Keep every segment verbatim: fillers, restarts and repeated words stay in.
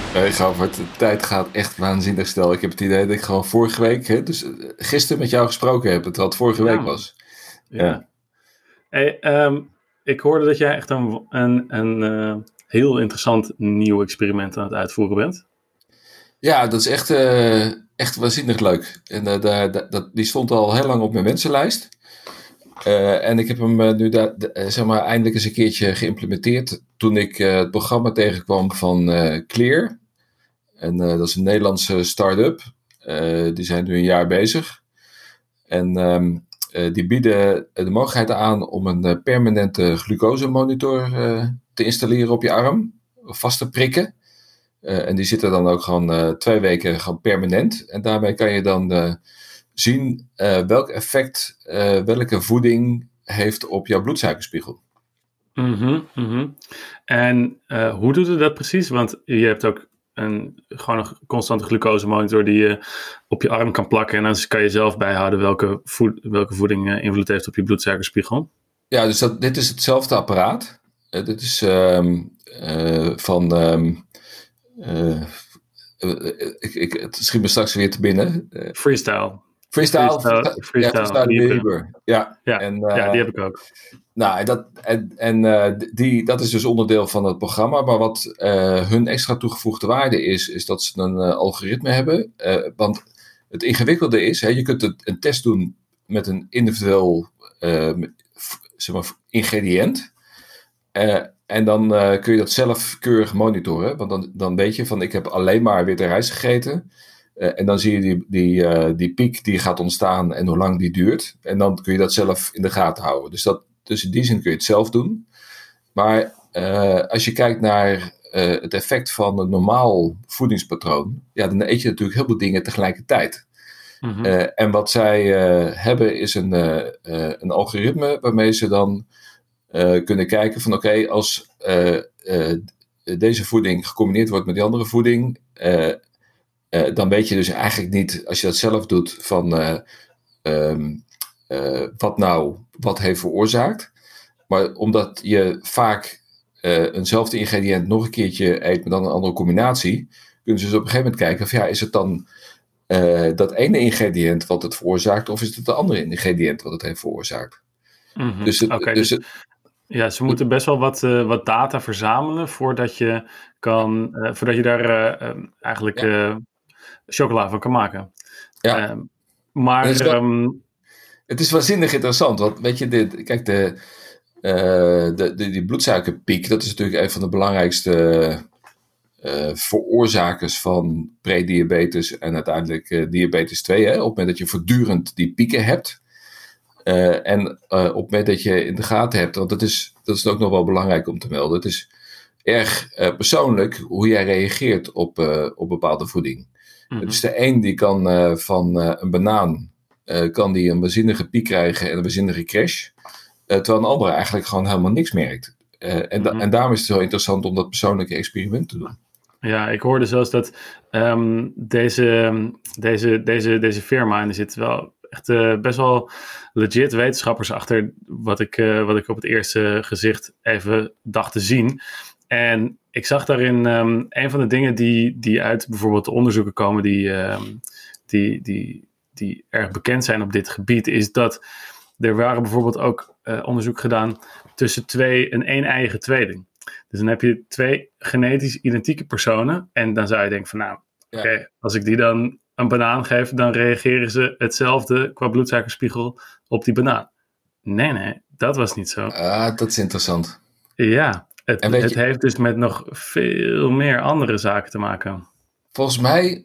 Nee, Govert, de tijd gaat echt waanzinnig snel. Ik heb het idee dat ik gewoon vorige week, hè, dus eh, gisteren met jou gesproken heb, terwijl het vorige Ja, week man. was. Ja, Ja. Hey, ehm, ik hoorde dat jij echt een, een, een eh, heel interessant nieuw experiment aan het uitvoeren bent. ja dat is echt, eh, echt waanzinnig leuk. En eh, daar, daar- dat, die stond al heel lang op mijn wensenlijst. Eh, en ik heb hem eh, nu da- de- eh, zeg maar, eindelijk eens een keertje geïmplementeerd toen ik eh, het programma tegenkwam van eh, Clear. En eh, dat is een Nederlandse start-up. Eh, die zijn nu een jaar bezig. En ehm, eh, die bieden de mogelijkheid aan om een eh, permanente glucosemonitor eh, te installeren op je arm, of vast te prikken. Eh, en die zitten dan ook gewoon eh, twee weken gewoon permanent. En daarmee kan je dan eh, zien eh, welk effect eh, welke voeding heeft op jouw bloedsuikerspiegel. Mhm, mhm. En eh, hoe doet het dat precies? Want je hebt ook een, gewoon een constante glucosemonitor die je op je arm kan plakken. En dan kan je zelf bijhouden welke, voed- welke voeding eh, invloed heeft op je bloedsuikerspiegel. Ja, dus dat, dit is hetzelfde apparaat. Eh, dit is ehm, eh, van. ehm, eh, eh, ik, ik, het schiet me straks weer te binnen. Eh, Freestyle. Freestyle, Freestyle, freestyle, ja, freestyle freestyle Libre. Libre. Ja, Ja, en, ja, die eh, heb ik ook. nou, en, dat, en, en eh, die, dat is dus onderdeel van het programma. Maar wat eh, hun extra toegevoegde waarde is, is dat ze een eh, algoritme hebben. Eh, want het ingewikkelde is, hè, je kunt het, een test doen met een individueel eh, f- zeg maar, ingrediënt. Eh, en dan eh, kun je dat zelf keurig monitoren. Want dan, dan weet je van ik heb alleen maar witte rijst gegeten. Eh, en dan zie je die, die, eh, die piek die gaat ontstaan en hoe lang die duurt. En dan kun je dat zelf in de gaten houden. Dus, dat, dus in die zin kun je het zelf doen. Maar eh, als je kijkt naar eh, het effect van een normaal voedingspatroon. Ja, dan eet je natuurlijk heel veel dingen tegelijkertijd. Mhm. Uh, en wat zij uh, hebben is een, uh, uh, een algoritme waarmee ze dan uh, kunnen kijken van oké, okay, als uh, uh, deze voeding gecombineerd wordt met die andere voeding, uh, uh, dan weet je dus eigenlijk niet, als je dat zelf doet, van uh, um, uh, wat nou wat heeft veroorzaakt. Maar omdat je vaak uh, eenzelfde ingrediënt nog een keertje eet, maar dan een andere combinatie, kunnen ze dus op een gegeven moment kijken of ja, is het dan uh, dat ene ingrediënt wat het veroorzaakt, of is het de andere ingrediënt wat het heeft veroorzaakt? Mm-hmm. Dus, het, Oké, dus dus het, ja, ze moeten best wel wat, uh, wat data verzamelen voordat je, kan, uh, voordat je daar uh, eigenlijk ja, uh, chocola van kan maken. ja. Uh, maar Het is, wel, um, het is waanzinnig interessant, want weet je, dit, kijk, de, uh, de, de, die bloedsuikerpiek, dat is natuurlijk een van de belangrijkste uh, veroorzakers van prediabetes en uiteindelijk uh, diabetes twee. Hè? Op het moment dat je voortdurend die pieken hebt. Uh, en uh, op het moment dat je in de gaten hebt, want dat is, dat is ook nog wel belangrijk om te melden. Het is erg uh, persoonlijk hoe jij reageert op, uh, op bepaalde voeding. Mm-hmm. Dus de een die kan uh, van uh, een banaan uh, kan die een waanzinnige piek krijgen en een waanzinnige crash. Uh, terwijl een ander eigenlijk gewoon helemaal niks merkt. Uh, en, da- mm-hmm. en daarom is het heel interessant om dat persoonlijke experiment te doen. Ja, ik hoorde zelfs dat um, deze, deze, deze, deze firma, en er zit wel echt uh, best wel legit wetenschappers achter wat ik, uh, wat ik op het eerste gezicht even dacht te zien. En ik zag daarin um, een van de dingen die, die uit bijvoorbeeld de onderzoeken komen die, um, die, die, die erg bekend zijn op dit gebied, is dat er waren bijvoorbeeld ook uh, onderzoek gedaan tussen twee, een een-eiige tweeling. Dus dan heb je twee genetisch identieke personen. En dan zou je denken van nou, ja. oké, okay, als ik die dan een banaan geef, dan reageren ze hetzelfde qua bloedsuikerspiegel op die banaan. Nee, nee, dat was niet zo. Ah, dat is interessant. Ja, het, het je, heeft dus met nog veel meer andere zaken te maken. Volgens mij,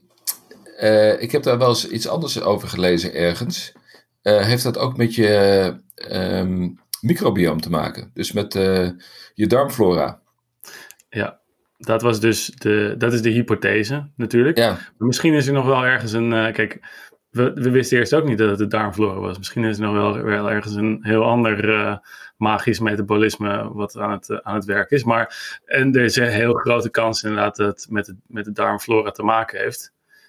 uh, ik heb daar wel eens iets anders over gelezen ergens. Uh, heeft dat ook met je uh, um, microbioom te maken? Dus met uh, je darmflora? Ja, dat was dus de, dat is de hypothese natuurlijk. Ja. Maar misschien is er nog wel ergens een... Uh, kijk, we, we wisten eerst ook niet dat het de darmflora was. Misschien is er nog wel, wel ergens een heel ander uh, magisch metabolisme wat aan het, uh, aan het werk is. Maar en er is een heel grote kans inderdaad dat het met, het met de darmflora te maken heeft.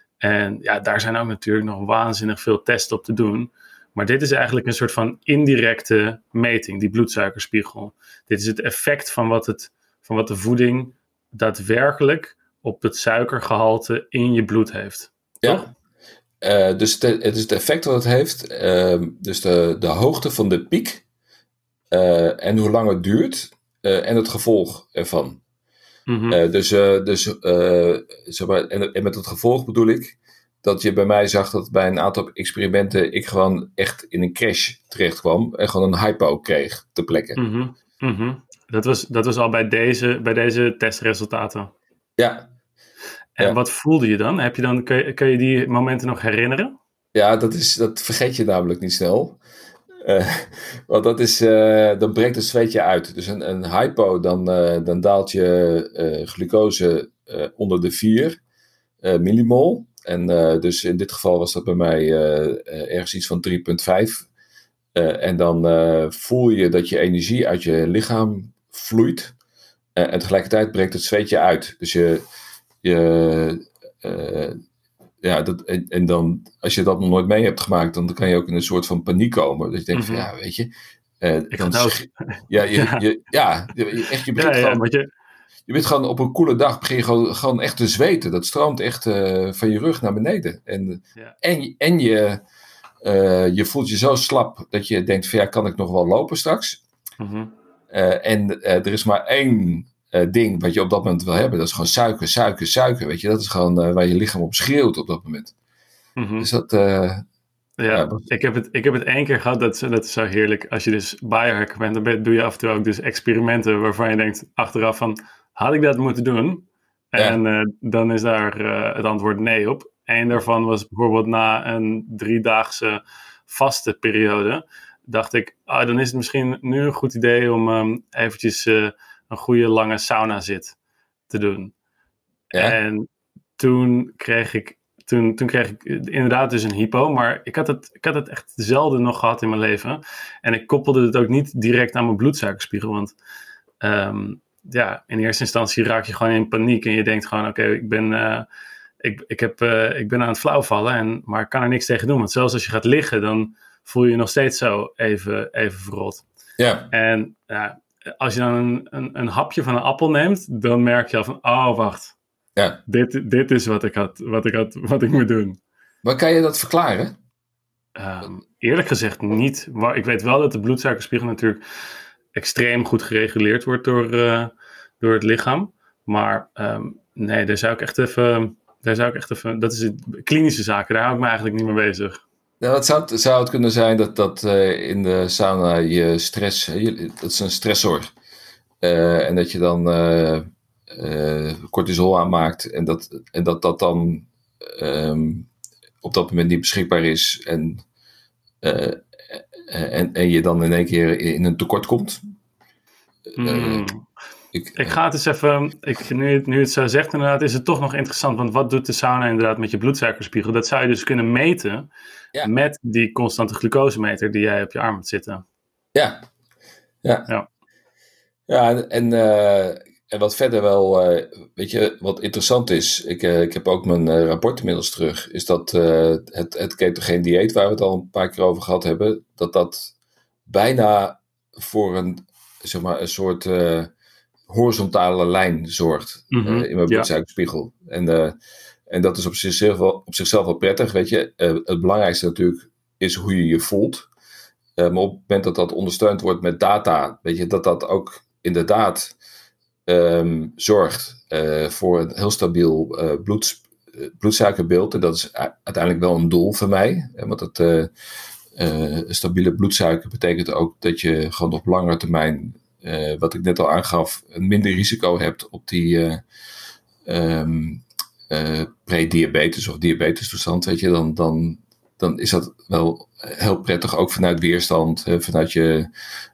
En ja, daar zijn ook natuurlijk nog waanzinnig veel testen op te doen. Maar dit is eigenlijk een soort van indirecte meting, die bloedsuikerspiegel. Dit is het effect van wat, het, van wat de voeding daadwerkelijk op het suikergehalte in je bloed heeft. Toch? Ja, uh, dus de, het is het effect wat het heeft. Uh, dus de, de hoogte van de piek uh, en hoe lang het duurt uh, en het gevolg ervan. Mm-hmm. Uh, dus uh, dus uh, zeg maar, en, en met het gevolg bedoel ik dat je bij mij zag dat bij een aantal experimenten ik gewoon echt in een crash terecht kwam en gewoon een hypo kreeg ter plekke. Mm-hmm. Mm-hmm. Dat was, dat was al bij deze, bij deze testresultaten. Ja. En ja. wat voelde je dan? Heb je dan kun, je, kun je die momenten nog herinneren? Ja, dat, is, dat vergeet je namelijk niet snel. Uh, want dat is, uh, dan breekt het zweetje uit. Dus een, een hypo, dan, uh, dan daalt je uh, glucose uh, onder de vier uh, millimol. En uh, dus in dit geval was dat bij mij uh, uh, ergens iets van drie komma vijf. Uh, en dan uh, voel je dat je energie uit je lichaam vloeit. Uh, en tegelijkertijd breekt het zweetje uit. Dus je... je uh, ja, dat, en, en dan, als je dat nog nooit mee hebt gemaakt, dan kan je ook in een soort van paniek komen. Dat je denkt mm-hmm. van, ja, weet je... Uh, Ik dan ga sch- ja, je, ja. Je, ja, je, echt, je begint ja, ja, gewoon... je... je bent gewoon op een koele dag, begin je gewoon, gewoon echt te zweten. Dat stroomt echt uh, van je rug naar beneden. En, ja. en, en je, uh, je voelt je zo slap, dat je denkt van, ja, kan ik nog wel lopen straks? Mm-hmm. Uh, en uh, er is maar één... Uh, ding wat je op dat moment wil hebben. Dat is gewoon suiker, suiker, suiker. Weet je, dat is gewoon uh, waar je lichaam op schreeuwt op dat moment. Mm-hmm. Dus dat... Uh, ja, ja wat... ik, heb het, ik heb het één keer gehad. Dat, dat is zo heerlijk. Als je dus biohacker bent, dan ben, doe je af en toe ook dus experimenten waarvan je denkt achteraf van, had ik dat moeten doen? En ja. uh, dan is daar uh, het antwoord nee op. Eén daarvan was bijvoorbeeld na een driedaagse vaste periode. Dacht ik, ah, dan is het misschien nu een goed idee om um, eventjes... Uh, een goede lange sauna zit te doen. Ja? En toen kreeg ik toen, toen kreeg ik inderdaad dus een hypo, maar ik had, het, ik had het echt zelden nog gehad in mijn leven. En ik koppelde het ook niet direct aan mijn bloedsuikerspiegel, want um, ja, in eerste instantie raak je gewoon in paniek en je denkt gewoon, oké, okay, ik ben uh, ik, ik, heb, uh, ik ben aan het flauwvallen, en, maar ik kan er niks tegen doen, want zelfs als je gaat liggen, dan voel je je nog steeds zo even, even verrot. Ja. En uh, als je dan een, een, een hapje van een appel neemt, dan merk je al van, oh, wacht. Ja. Dit, dit is wat ik, had, wat, ik had, wat ik moet doen. Maar kan je dat verklaren? Um, eerlijk gezegd niet. Maar ik weet wel dat de bloedsuikerspiegel natuurlijk extreem goed gereguleerd wordt door, uh, door het lichaam. Maar um, nee, daar zou ik echt even... Daar zou ik echt even dat is het, klinische zaken, daar hou ik me eigenlijk niet mee bezig. Nou, het zou, zou het kunnen zijn dat, dat uh, in de sauna je stress... Je, dat is een stressor. Uh, en dat je dan uh, uh, cortisol aanmaakt. En dat en dat, dat dan um, op dat moment niet beschikbaar is. En, uh, en, en je dan in één keer in een tekort komt. Uh, mm. Ik, ik ga het eens even, ik, nu, het, nu het zo zegt inderdaad, is het toch nog interessant. Want wat doet de sauna inderdaad met je bloedsuikerspiegel? Dat zou je dus kunnen meten ja. met die constante glucosemeter die jij op je arm hebt zitten. Ja, ja. Ja, ja en, uh, en wat verder wel, uh, weet je, wat interessant is, ik, uh, ik heb ook mijn uh, rapport inmiddels terug, is dat uh, het, het ketogeen dieet, waar we het al een paar keer over gehad hebben, dat dat bijna voor een, zeg maar, een soort... Uh, horizontale lijn zorgt mm-hmm, uh, in mijn bloedsuikerspiegel. Ja. En, uh, en dat is op zichzelf wel, op zichzelf wel prettig, weet je. Uh, het belangrijkste natuurlijk is hoe je je voelt. Uh, maar op het moment dat dat ondersteund wordt met data, weet je, dat dat ook inderdaad um, zorgt uh, voor een heel stabiel uh, bloed, uh, bloedsuikerbeeld. En dat is a- uiteindelijk wel een doel voor mij. Hè, want het uh, uh, stabiele bloedsuiker betekent ook dat je gewoon op langere termijn Uh, wat ik net al aangaf, een minder risico hebt op die uh, um, uh, pre-diabetes of diabetestoestand, weet je, dan, dan, dan is dat wel heel prettig, ook vanuit weerstand, uh, vanuit je,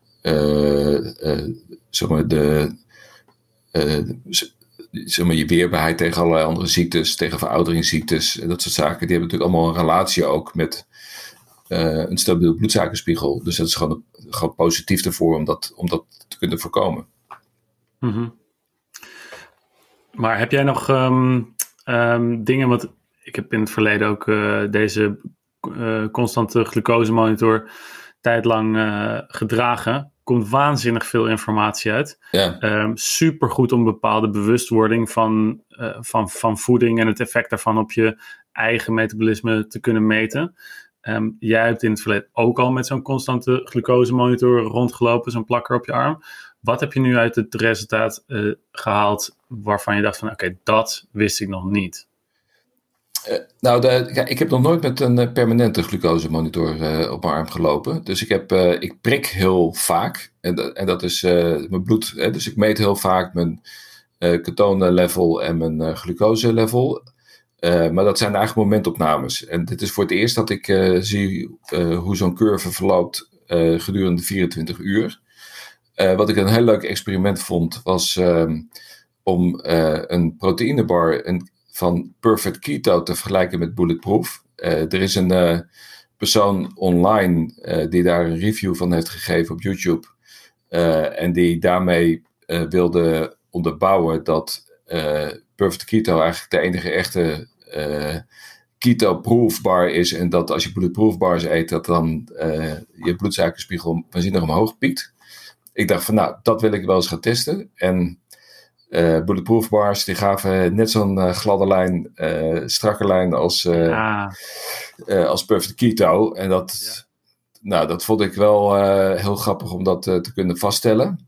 uh, uh, zeg maar, de, uh, zeg maar, je weerbaarheid tegen allerlei andere ziektes, tegen verouderingsziektes, en dat soort zaken, die hebben natuurlijk allemaal een relatie ook met uh, een stabiel bloedsuikerspiegel. Dus dat is gewoon, gewoon positief ervoor om dat, om dat te kunnen voorkomen. Mm-hmm. Maar heb jij nog um, um, dingen, wat ik heb in het verleden ook uh, deze uh, constante glucosemonitor tijdlang uh, gedragen. komt waanzinnig veel informatie uit. Ja. Um, supergoed om bepaalde bewustwording van, uh, van, van voeding en het effect daarvan op je eigen metabolisme te kunnen meten. Um, jij hebt in het verleden ook al met zo'n constante glucosemonitor rondgelopen, zo'n plakker op je arm. Wat heb je nu uit het resultaat uh, gehaald waarvan je dacht van oké, okay, dat wist ik nog niet? Uh, nou, de, ja, ik heb nog nooit met een uh, permanente glucosemonitor uh, op mijn arm gelopen. Dus ik, heb, uh, ik prik heel vaak. En, de, en dat is uh, mijn bloed. Hè, dus ik meet heel vaak mijn uh, ketone level en mijn uh, glucose level. Uh, maar dat zijn eigenlijk momentopnames. En dit is voor het eerst dat ik uh, zie uh, hoe zo'n curve verloopt uh, gedurende vierentwintig uur. Uh, wat ik een heel leuk experiment vond, was uh, om uh, een proteïnebar een, van Perfect Keto te vergelijken met Bulletproof. Uh, er is een uh, persoon online uh, die daar een review van heeft gegeven op YouTube. Uh, en die daarmee uh, wilde onderbouwen dat uh, Perfect Keto eigenlijk de enige echte uh, keto-proof bar is. En dat als je Bulletproof bars eet, dat dan uh, je bloedsuikerspiegel waanzinnig omhoog piekt. Ik dacht van nou, dat wil ik wel eens gaan testen. En uh, Bulletproof bars, die gaven net zo'n uh, gladde lijn, uh, strakke lijn als, uh, ja. uh, als Perfect Keto. En dat, ja. nou, dat vond ik wel uh, heel grappig om dat uh, te kunnen vaststellen.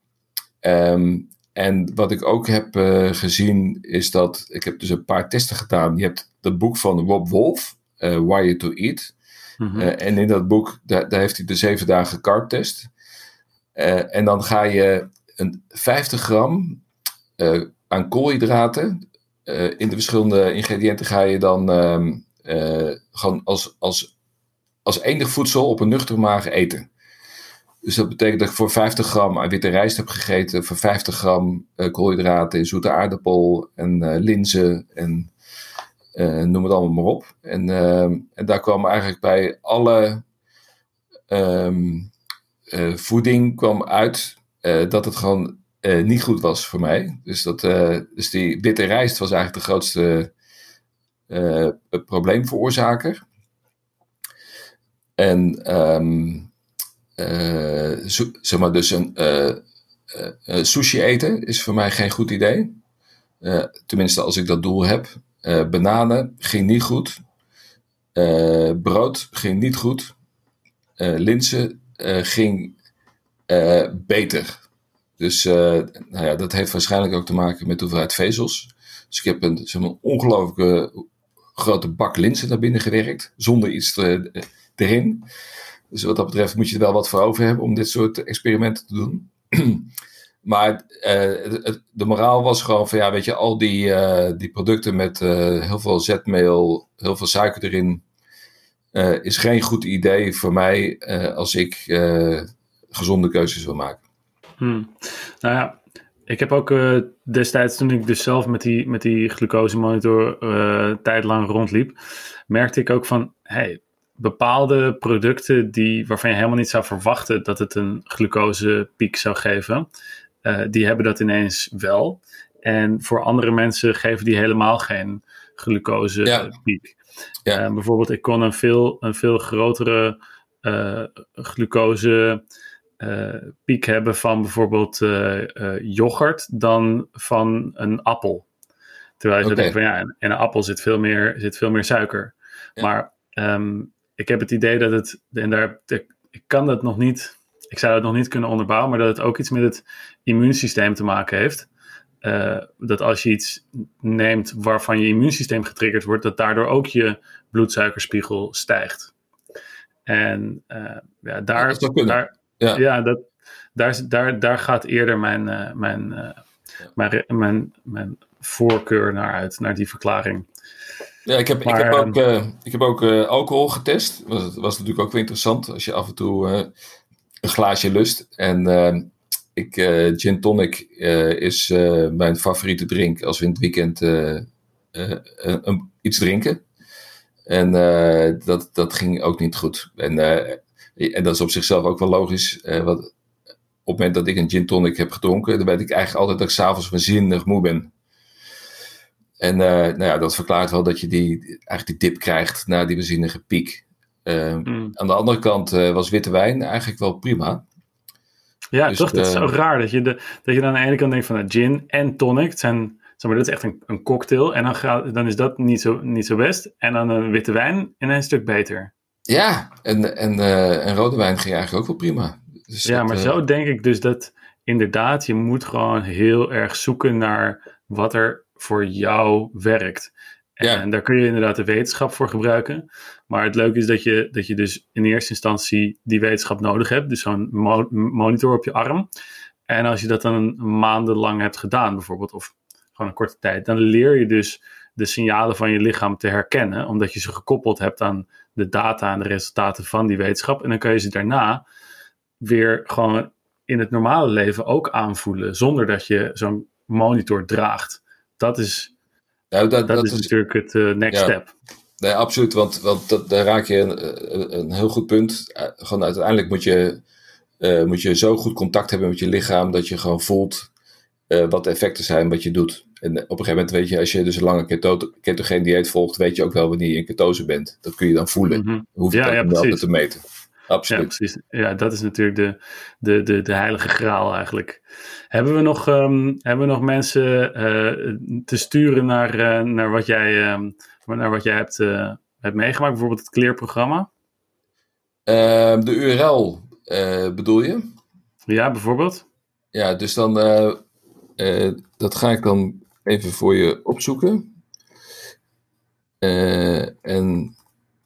Um, en wat ik ook heb uh, gezien is dat, ik heb dus een paar testen gedaan. Je hebt het boek van Rob Wolf, uh, Wire to Eat. Mm-hmm. Uh, en in dat boek, daar, daar heeft hij de zeven dagen carb test. Uh, en dan ga je een vijftig gram uh, aan koolhydraten. Uh, in de verschillende ingrediënten ga je dan um, uh, gewoon als, als, als enig voedsel op een nuchtere maag eten. Dus dat betekent dat ik voor vijftig gram aan witte rijst heb gegeten. Voor vijftig gram uh, koolhydraten in zoete aardappel en uh, linzen en uh, noem het allemaal maar op. En, uh, en daar kwam eigenlijk bij alle um, uh, voeding kwam uit uh, dat het gewoon uh, niet goed was voor mij. Dus, dat, uh, dus die witte rijst was eigenlijk de grootste uh, probleemveroorzaker. En um, Uh, zo, zeg maar dus een uh, uh, uh, sushi eten is voor mij geen goed idee. Uh, tenminste als ik dat doel heb. Uh, bananen ging niet goed. Uh, brood ging niet goed. Uh, linzen uh, ging uh, beter. Dus uh, nou ja, dat heeft waarschijnlijk ook te maken met de hoeveelheid vezels. Dus ik heb een, zeg maar, een ongelooflijke grote bak linzen naar binnen gewerkt. Zonder iets te, erin. Dus wat dat betreft moet je er wel wat voor over hebben om dit soort experimenten te doen. Maar uh, de moraal was gewoon van ja, weet je, al die, uh, die producten met uh, heel veel zetmeel, heel veel suiker erin, uh, is geen goed idee voor mij uh, als ik uh, gezonde keuzes wil maken. Hmm. Nou ja, ik heb ook uh, destijds toen ik dus zelf met die, met die glucosemonitor uh, tijdlang rondliep, merkte ik ook van, hey, bepaalde producten die, waarvan je helemaal niet zou verwachten dat het een glucosepiek zou geven, uh, die hebben dat ineens wel. En voor andere mensen geven die helemaal geen glucosepiek. Ja. Ja. Uh, bijvoorbeeld, ik kon een veel, een veel grotere uh, glucose uh, piek hebben van bijvoorbeeld uh, uh, yoghurt dan van een appel. Terwijl je okay. zo denkt van ja, in een appel zit veel meer, zit veel meer suiker. Ja. Maar um, ik heb het idee dat het, en daar, ik kan dat nog niet, ik zou het nog niet kunnen onderbouwen, maar dat het ook iets met het immuunsysteem te maken heeft. Uh, dat als je iets neemt waarvan je immuunsysteem getriggerd wordt, dat daardoor ook je bloedsuikerspiegel stijgt. En uh, ja, daar, ja, dat daar, ja. Ja, dat, daar, daar, daar gaat eerder mijn, uh, mijn, uh, ja. mijn, mijn, mijn voorkeur naar uit, naar die verklaring. Ja, ik heb, maar, ik heb ook, uh, ik heb ook uh, alcohol getest. Dat was, was natuurlijk ook weer interessant als je af en toe uh, een glaasje lust. En uh, ik, uh, gin tonic uh, is uh, mijn favoriete drink als we in het weekend uh, uh, uh, um, iets drinken. En uh, dat, dat ging ook niet goed. En, uh, en dat is op zichzelf ook wel logisch. Uh, wat, op het moment dat ik een gin tonic heb gedronken, dan weet ik eigenlijk altijd dat ik 's avonds waanzinnig moe ben. En uh, nou ja, dat verklaart wel dat je die, eigenlijk die dip krijgt na die waanzinnige piek. Uh, mm. Aan de andere kant uh, was witte wijn eigenlijk wel prima. Ja, Dus, toch? Dat is uh, zo raar dat je, de, dat je dan aan de ene kant denkt van nou, gin en tonic. Het zijn, zeg maar, dat is echt een, een cocktail. En dan, gaat, dan is dat niet zo, niet zo best. En dan een witte wijn en een stuk beter. Ja, en, en, uh, en rode wijn ging eigenlijk ook wel prima. Dus ja, dat, maar uh, zo denk ik dus dat inderdaad je moet gewoon heel erg zoeken naar wat er voor jou werkt. En ja. daar kun je inderdaad de wetenschap voor gebruiken. Maar het leuke is dat je, dat je dus in eerste instantie die wetenschap nodig hebt. Dus zo'n mo- monitor op je arm. En als je dat dan maandenlang hebt gedaan bijvoorbeeld, of gewoon een korte tijd, dan leer je dus de signalen van je lichaam te herkennen. Omdat je ze gekoppeld hebt aan de data en de resultaten van die wetenschap. En dan kun je ze daarna weer gewoon in het normale leven ook aanvoelen. Zonder dat je zo'n monitor draagt. Dat is, nou, dat, dat dat is, is natuurlijk het uh, next ja. step. Nee, absoluut. Want, want dat, daar raak je een, een heel goed punt. Uh, gewoon uiteindelijk moet je, uh, moet je zo goed contact hebben met je lichaam. Dat je gewoon voelt uh, wat de effecten zijn wat je doet. En op een gegeven moment weet je, als je dus een lange keto- ketogeen dieet volgt, weet je ook wel wanneer je in ketose bent. Dat kun je dan voelen. Mm-hmm. Hoef je ja, dat ja, niet altijd te meten. Absoluut. Ja, precies. Ja, dat is natuurlijk de, de, de, de heilige graal eigenlijk. Hebben we nog, um, hebben we nog mensen uh, te sturen naar, uh, naar, wat, jij, um, naar wat jij hebt, uh, hebt meegemaakt? Bijvoorbeeld het Clear-programma? Uh, de U R L uh, bedoel je? Ja, bijvoorbeeld. Ja, dus dan uh, uh, dat ga ik dan even voor je opzoeken. Uh, en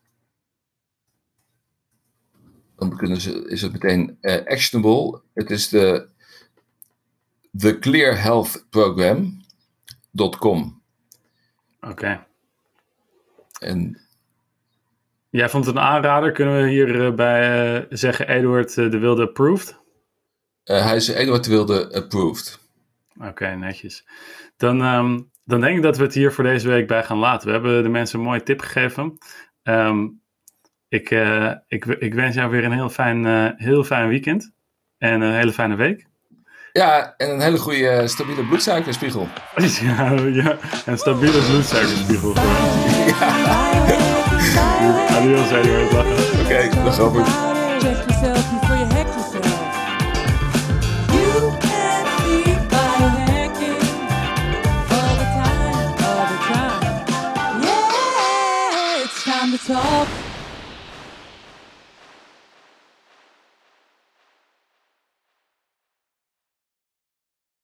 dan kunnen ze, is het meteen uh, actionable. Het is de the clear health program dot com. Oké. Okay. En jij vond het een aanrader. Kunnen we hierbij uh, zeggen Eduard uh, de Wilde approved? Uh, hij is Eduard de Wilde approved. Oké, okay, netjes. Dan, um, dan denk ik dat we het hier voor deze week bij gaan laten. We hebben de mensen een mooie tip gegeven. Um, ik, uh, ik, ik wens jou weer een heel fijn, uh, heel fijn weekend. En een hele fijne week. Ja, en een hele goede uh, stabiele bloedsuikerspiegel. ja, ja, een stabiele bloedsuikerspiegel. Ja. Adios, Eduard. Oké, okay, dat is wel goed.